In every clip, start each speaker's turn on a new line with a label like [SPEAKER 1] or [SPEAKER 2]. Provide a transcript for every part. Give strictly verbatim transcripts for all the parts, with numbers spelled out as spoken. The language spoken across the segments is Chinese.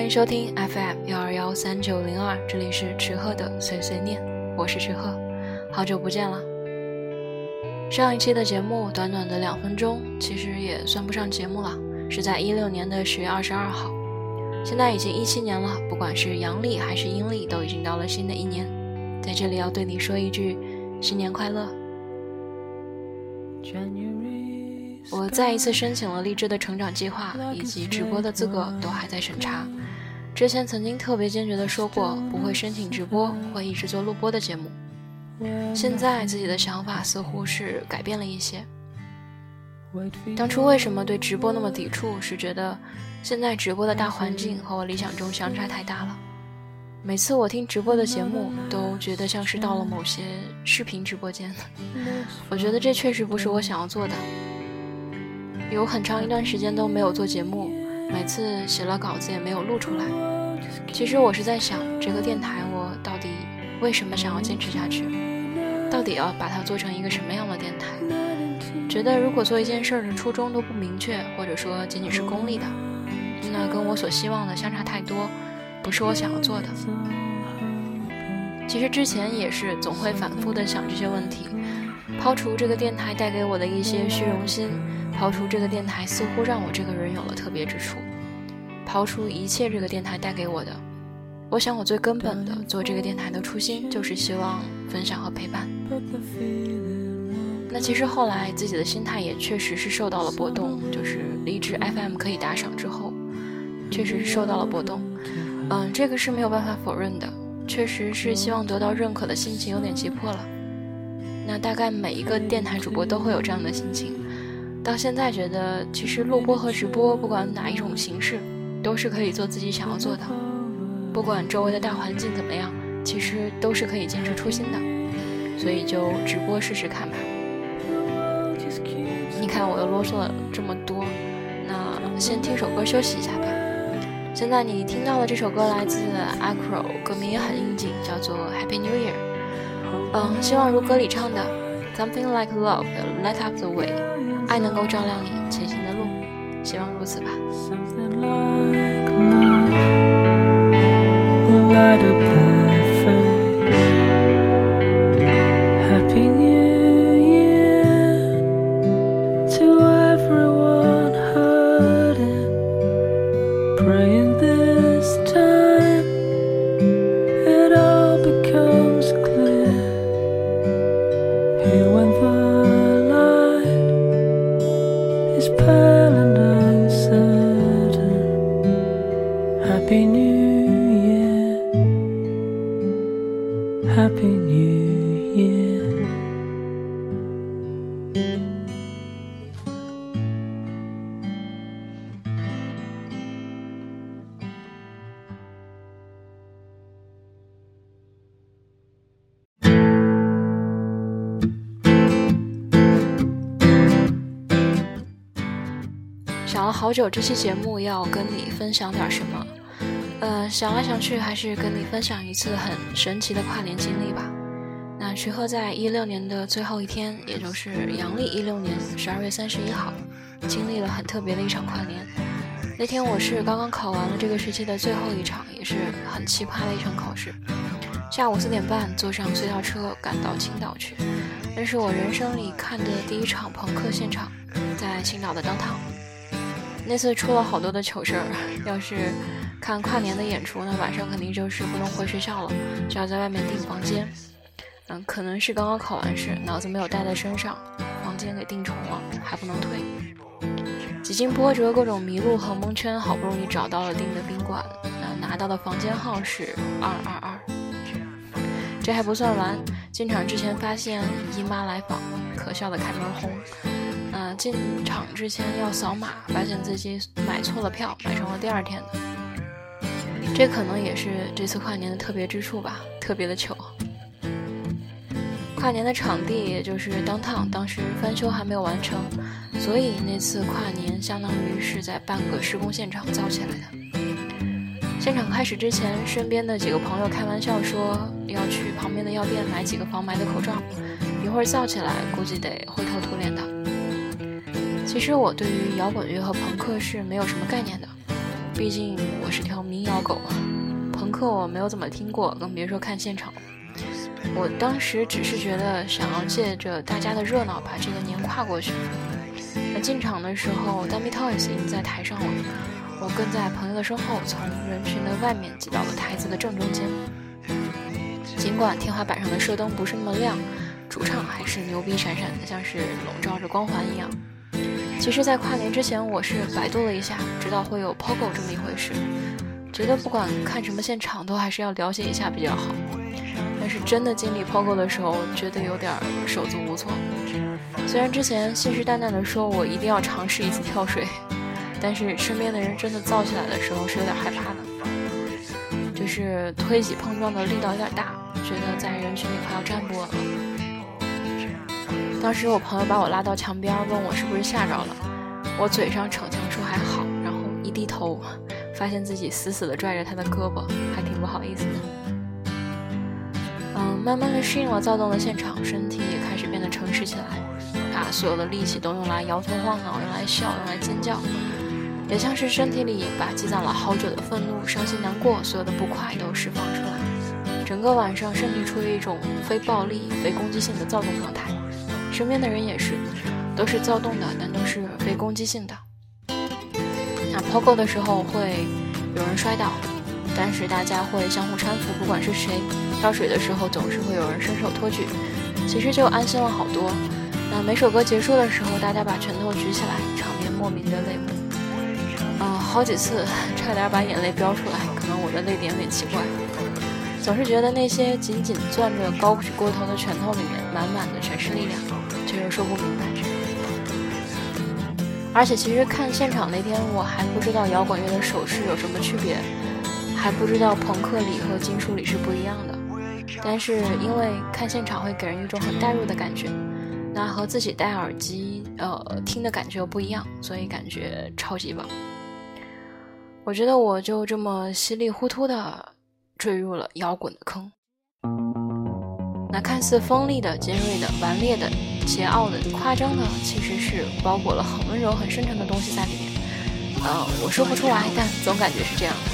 [SPEAKER 1] 迎收听 F M 一二一三九零二，这里是池鹤的碎碎念，我是池鹤，好久不见了。上一期的节目短短的两分钟，其实也算不上节目了，是在一六年的十月二十二号。现在已经一七年了，不管是阳历还是阴历，都已经到了新的一年。在这里要对你说一句新年快乐。我再一次申请了励志的成长计划，以及直播的资格都还在审查。之前曾经特别坚决地说过不会申请直播，会一直做录播的节目。现在自己的想法似乎是改变了一些。当初为什么对直播那么抵触，是觉得现在直播的大环境和我理想中相差太大了。每次我听直播的节目，都觉得像是到了某些视频直播间。我觉得这确实不是我想要做的。有很长一段时间都没有做节目，每次写了稿子也没有录出来。其实我是在想，这个电台我到底为什么想要坚持下去，到底要把它做成一个什么样的电台。觉得如果做一件事的初衷都不明确，或者说仅仅是功利的，那跟我所希望的相差太多，不是我想要做的。其实之前也是总会反复的想这些问题，抛除这个电台带给我的一些虚荣心，抛除这个电台似乎让我这个人有了特别之处，抛出一切这个电台带给我的，我想我最根本的做这个电台的初心就是希望分享和陪伴。那其实后来自己的心态也确实是受到了波动，就是离职 F M 可以打赏之后，确实是受到了波动。嗯，这个是没有办法否认的，确实是希望得到认可的心情有点急迫了。那大概每一个电台主播都会有这样的心情。到现在觉得其实录播和直播不管哪一种形式都是可以做自己想要做的，不管周围的大环境怎么样，其实都是可以坚持初心的，所以就直播试试看吧。你看我又啰嗦了这么多，那先听首歌休息一下吧。现在你听到的这首歌来自 Acro， 歌名也很应景，叫做 Happy New Year。 嗯，希望如歌里唱的 Something like love will light up the way，爱能够照亮你前行的路，希望如此吧。
[SPEAKER 2] Something like love will light up the face. Happy New Year to everyone hurting, praying this time it all becomes clear. Here when the light is pale and uncertain. Happy New Year, Happy New Year.
[SPEAKER 1] 想了好久这期节目要跟你分享点什么，呃，想来想去还是跟你分享一次很神奇的跨年经历吧。那徐鹤在一六年的最后一天，也就是阳历一六年十二月三十一号，经历了很特别的一场跨年。那天我是刚刚考完了这个学期的最后一场，也是很奇葩的一场考试。下午四点半坐上隧道车赶到青岛去，那是我人生里看的第一场朋克现场，在青岛的downtown。那次出了好多的糗事儿，要是看跨年的演出呢，晚上肯定就是不能回学校了，就要在外面订房间。嗯，可能是刚刚考完试，脑子没有带在身上，房间给订重了，还不能退。几经波折，各种迷路和蒙圈，好不容易找到了订的宾馆，拿到的房间号是二二二。这还不算完，进场之前发现姨妈来访，可笑的开门红。呃，进场之前要扫码，发现自己买错了票，买成了第二天的。这可能也是这次跨年的特别之处吧，特别的糗。跨年的场地也就是downtown，当时翻修还没有完成，所以那次跨年相当于是在半个施工现场造起来的。现场开始之前，身边的几个朋友开玩笑说要去旁边的药店买几个防霾的口罩，一会儿造起来估计得灰头土脸的。其实我对于摇滚乐和朋克是没有什么概念的， 毕竟我是条民谣狗，朋克我没有怎么听过，更别说看现场。我当时只是觉得想要借着大家的热闹把这个年跨过去。那进场的时候 Dummy Toys 已经在台上了，我跟在朋友的身后，从人群的外面挤到了台子的正中间。尽管天花板上的射灯不是那么亮，主唱还是牛逼闪闪的，像是笼罩着光环一样。其实在跨年之前我是百度了一下，知道会有 Pogo 这么一回事，觉得不管看什么现场都还是要了解一下比较好。但是真的经历 Pogo 的时候，觉得有点手足无措。虽然之前信誓旦旦的说我一定要尝试一次跳水，但是身边的人真的造起来的时候是有点害怕的，就是推挤碰撞的力道有点大，觉得在人群里快要站不稳了。当时我朋友把我拉到墙边，问我是不是吓着了，我嘴上逞强说还好，然后一低头发现自己死死地拽着他的胳膊，还挺不好意思的。嗯，慢慢的适应了躁动的现场，身体也开始变得诚实起来，把所有的力气都用来摇头晃脑，用来笑，用来尖叫，也像是身体里把积攒了好久的愤怒、伤心、难过，所有的不快都释放出来。整个晚上身体处于一种非暴力、非攻击性的躁动状态，身边的人也是，都是躁动的，但都是非攻击性的。那 Pogo 的时候会有人摔倒，但是大家会相互搀扶，不管是谁。跳水的时候总是会有人伸手托举，其实就安心了好多。那每首歌结束的时候，大家把拳头举起来，场面莫名的泪目。嗯，好几次差点把眼泪飙出来，可能我的泪点有点奇怪。总是觉得那些紧紧攥着高举过头的拳头里面满满的全是力量，却又说不明白。而且其实看现场那天我还不知道摇滚乐的手势有什么区别，还不知道朋克里和金属里是不一样的。但是因为看现场会给人一种很代入的感觉，那和自己戴耳机呃听的感觉又不一样，所以感觉超级棒。我觉得我就这么稀里糊涂的坠入了摇滚的坑。那看似锋利的、尖锐的、顽劣的、桀骜的、夸张的，其实是包裹了很温柔、很深沉的东西在里面。呃，我说不出来，但总感觉是这样的。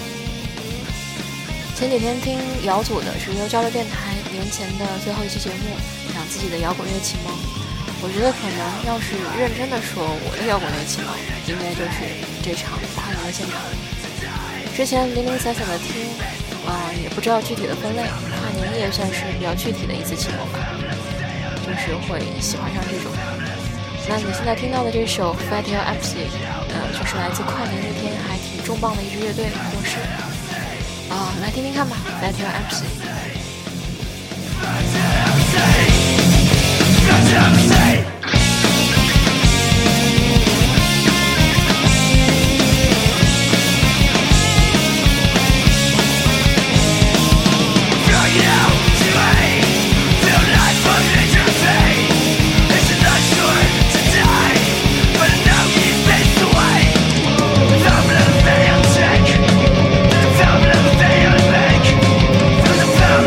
[SPEAKER 1] 前几天听摇组的是优交流电台年前的最后一期节目，讲自己的摇滚乐启蒙。我觉得可能要是认真的说我的摇滚乐启蒙，应该就是这场跨年的现场。之前零零散散的听，啊、呃，也不知道具体的分类，跨年夜算是比较具体的一次启蒙吧，就是会喜欢上这种。那你现在听到的这首 Fatal Empty， 呃，就是来自跨年那天还挺重磅的一支乐队过世。啊、呃，来听听看吧 ，Fatal Empty。
[SPEAKER 3] Found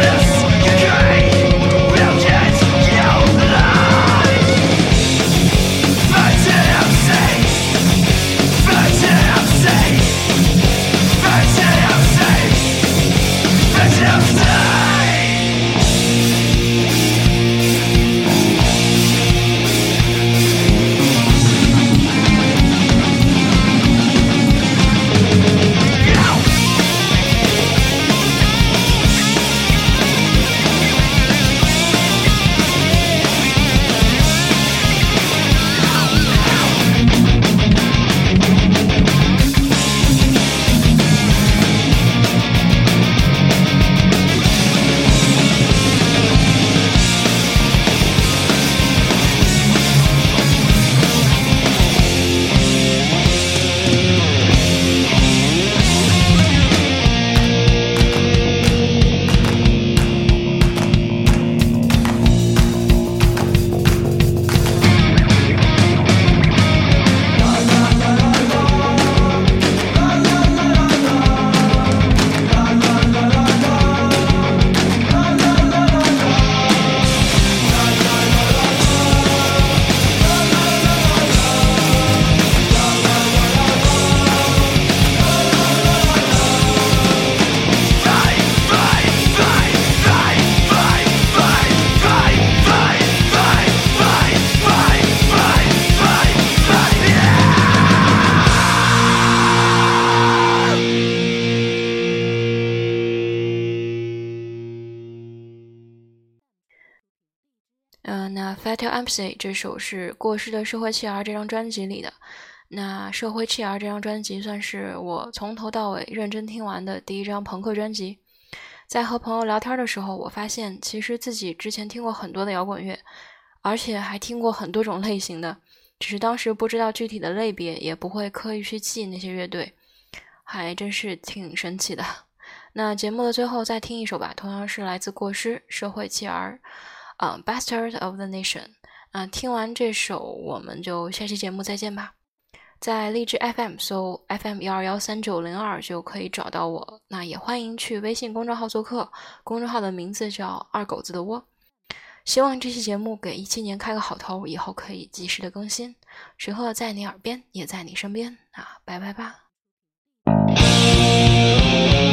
[SPEAKER 1] 呃，那 Fatal Empathy 这首是过世的社会弃儿这张专辑里的。那社会弃儿这张专辑算是我从头到尾认真听完的第一张朋克专辑。在和朋友聊天的时候，我发现其实自己之前听过很多的摇滚乐，而且还听过很多种类型的，只是当时不知道具体的类别，也不会刻意去记那些乐队，还真是挺神奇的。那节目的最后再听一首吧，同样是来自过失社会弃儿、uh, Bastard of the Nation。啊、呃，听完这首我们就下期节目再见吧。在荔枝 F M 搜 F M 一二一三九零二就可以找到我，那也欢迎去微信公众号做客，公众号的名字叫二狗子的窝。希望这期节目给一七年开个好头，以后可以及时的更新。随后在你耳边，也在你身边啊，拜拜吧。